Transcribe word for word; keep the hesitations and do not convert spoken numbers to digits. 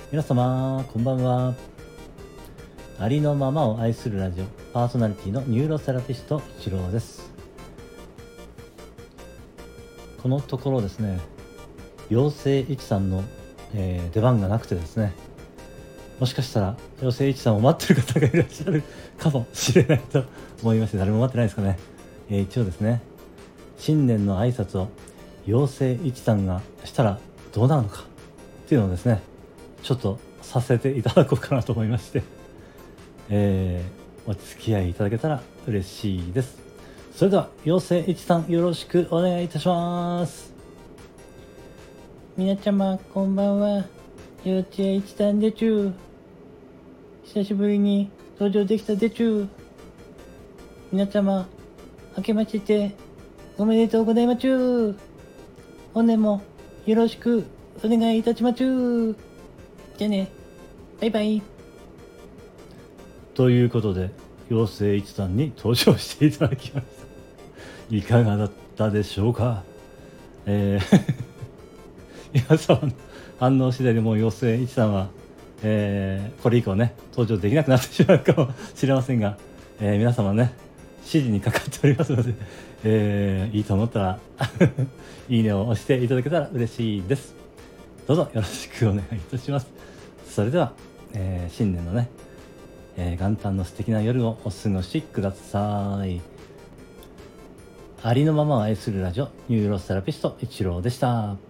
皆様こんばんは。ありのままを愛するラジオパーソナリティのニューロセラピスト一郎です。このところですね、妖精一さんの、えー、出番がなくてですね、もしかしたら妖精一さんを待ってる方がいらっしゃるかもしれないと思いまして、誰も待ってないですかね。えー、一応ですね、新年の挨拶を妖精一さんがしたらどうなるのかっていうのをですね、ちょっとさせていただこうかなと思いまして、えー、お付き合いいただけたら嬉しいです。それでは妖精一さん、よろしくお願いいたします。 皆様こんばんは。幼稚園一さんでちゅー。久しぶりに登場できたでちゅー。皆様明けましておめでとうございまちゅー。本年もよろしくお願いいたしまちゅー。じゃあね、バイバイ。 ということで妖精一さんに登場していただきました。いかがだったでしょうか。えー皆様の反応次第でもう妖精一さんは、えー、これ以降ね登場できなくなってしまうかもしれませんが、えー、皆様ね指示にかかっておりますので、えー、いいと思ったらいいねを押していただけたら嬉しいです。どうぞよろしくお願いいたします。それでは、えー、新年のね、えー、元旦の素敵な夜をお過ごしください。ありのままを愛するラジオニューロセラピスト一郎でした。